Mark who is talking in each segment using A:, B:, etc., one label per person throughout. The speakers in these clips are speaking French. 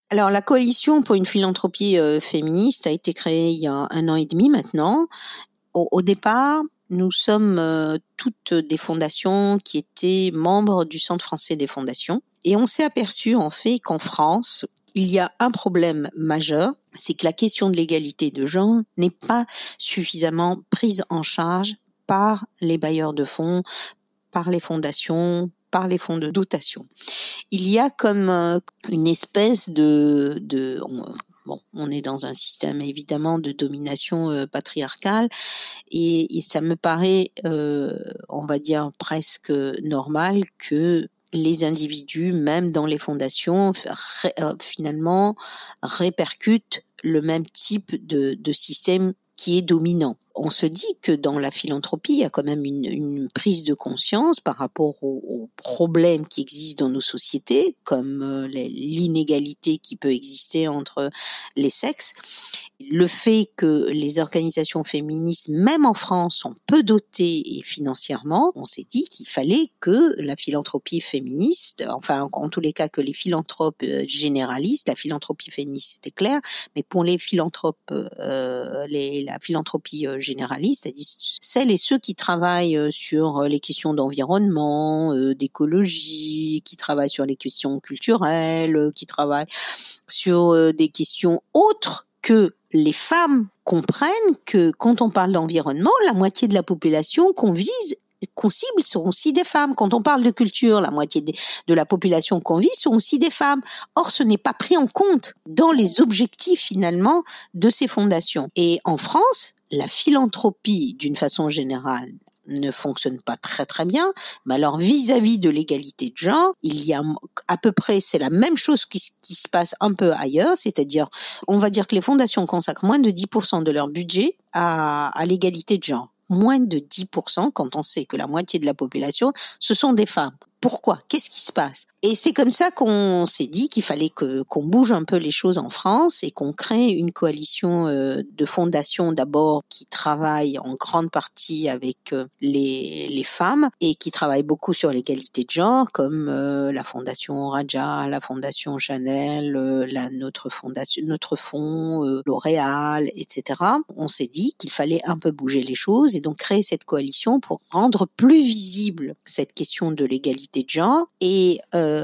A: Alors, la coalition pour une philanthropie féministe a été créée il y a 1 an et demi maintenant. Au départ, nous sommes toutes des fondations qui étaient membres du Centre français des fondations. Et on s'est aperçu en fait qu'en France, il y a un problème majeur, c'est que la question de l'égalité de genre n'est pas suffisamment prise en charge par les bailleurs de fonds, par les fondations, par les fonds de dotation. Il y a comme une espèce on est dans un système évidemment de domination patriarcale et ça me paraît, on va dire presque normal que les individus, même dans les fondations, finalement répercutent le même type de système qui est dominant. On se dit que dans la philanthropie, il y a quand même une prise de conscience par rapport aux problèmes qui existent dans nos sociétés, comme l'inégalité qui peut exister entre les sexes. Le fait que les organisations féministes, même en France, sont peu dotées et financièrement, on s'est dit qu'il fallait que la philanthropie féministe, enfin en tous les cas que les philanthropes généralistes, la philanthropie féministe c'était clair, mais pour les philanthropes, la philanthropie généraliste, c'est-à-dire celles et ceux qui travaillent sur les questions d'environnement, d'écologie, qui travaillent sur les questions culturelles, qui travaillent sur des questions autres que les femmes comprennent que quand on parle d'environnement, la moitié de la population qu'on cible sont aussi des femmes. Quand on parle de culture, la moitié de la population qu'on vise sont aussi des femmes. Or, ce n'est pas pris en compte dans les objectifs finalement de ces fondations. Et en France, la philanthropie, d'une façon générale, ne fonctionne pas très très bien, mais alors vis-à-vis de l'égalité de genre, il y a à peu près, c'est la même chose qui se passe un peu ailleurs, c'est-à-dire, on va dire que les fondations consacrent moins de 10% de leur budget à l'égalité de genre. Moins de 10% quand on sait que la moitié de la population, ce sont des femmes. Pourquoi ? Qu'est-ce qui se passe ? Et c'est comme ça qu'on s'est dit qu'il fallait qu'on bouge un peu les choses en France et qu'on crée une coalition de fondations d'abord qui travaillent en grande partie avec les femmes et qui travaillent beaucoup sur l'égalité de genre, comme la fondation Raja, la fondation Chanel, notre fonds L'Oréal, etc. On s'est dit qu'il fallait un peu bouger les choses et donc créer cette coalition pour rendre plus visible cette question de l'égalité de genre et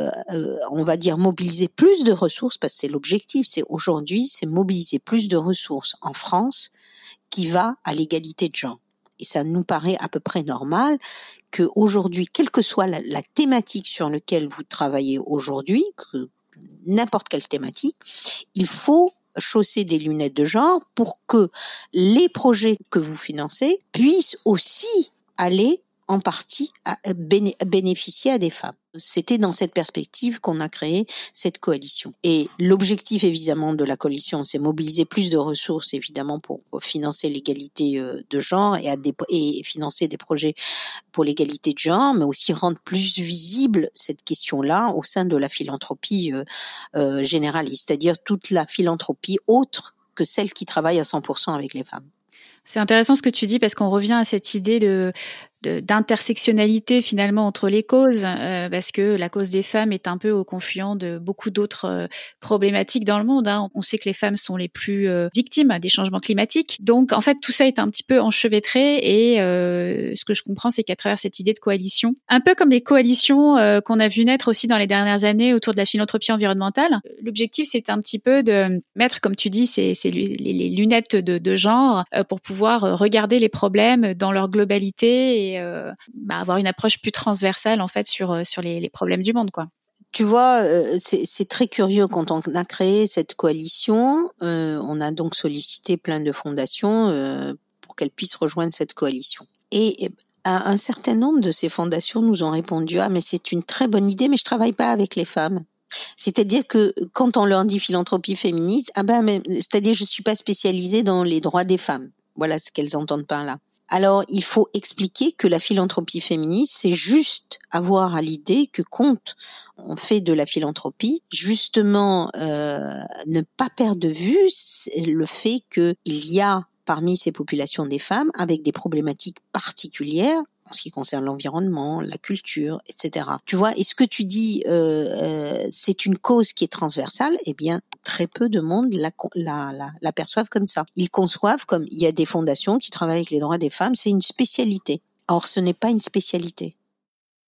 A: on va dire mobiliser plus de ressources parce que c'est l'objectif, c'est aujourd'hui, c'est mobiliser plus de ressources en France qui va à l'égalité de genre. Et ça nous paraît à peu près normal qu'aujourd'hui, quelle que soit la thématique sur laquelle vous travaillez aujourd'hui, n'importe quelle thématique, il faut chausser des lunettes de genre pour que les projets que vous financez puissent aussi aller en partie bénéficier à des femmes. C'était dans cette perspective qu'on a créé cette coalition. Et l'objectif évidemment de la coalition, c'est mobiliser plus de ressources évidemment pour financer l'égalité de genre et financer des projets pour l'égalité de genre, mais aussi rendre plus visible cette question-là au sein de la philanthropie généraliste, c'est-à-dire toute la philanthropie autre que celle qui travaille à 100% avec les femmes.
B: C'est intéressant ce que tu dis parce qu'on revient à cette idée d'intersectionnalité finalement entre les causes, parce que la cause des femmes est un peu au confluent de beaucoup d'autres problématiques dans le monde. Hein. On sait que les femmes sont les plus victimes des changements climatiques. Donc en fait tout ça est un petit peu enchevêtré et ce que je comprends c'est qu'à travers cette idée de coalition, un peu comme les coalitions qu'on a vu naître aussi dans les dernières années autour de la philanthropie environnementale, l'objectif c'est un petit peu de mettre, comme tu dis, les lunettes de genre pour pouvoir regarder les problèmes dans leur globalité et avoir une approche plus transversale en fait sur les problèmes du monde, quoi.
A: Tu vois, c'est très curieux quand on a créé cette coalition. On a donc sollicité plein de fondations pour qu'elles puissent rejoindre cette coalition. Et un certain nombre de ces fondations nous ont répondu « Ah, mais c'est une très bonne idée, mais je travaille pas avec les femmes. » C'est-à-dire que quand on leur dit philanthropie féministe, c'est-à-dire je suis pas spécialisée dans les droits des femmes. Voilà ce qu'elles entendent par là. Alors, il faut expliquer que la philanthropie féministe, c'est juste avoir à l'idée que quand on fait de la philanthropie, justement, ne pas perdre de vue le fait qu'il y a parmi ces populations des femmes avec des problématiques particulières en ce qui concerne l'environnement, la culture, etc. Tu vois, et ce que tu dis, c'est une cause qui est transversale, eh bien, très peu de monde la perçoivent comme ça. Ils conçoivent comme, il y a des fondations qui travaillent avec les droits des femmes, c'est une spécialité. Or, ce n'est pas une spécialité.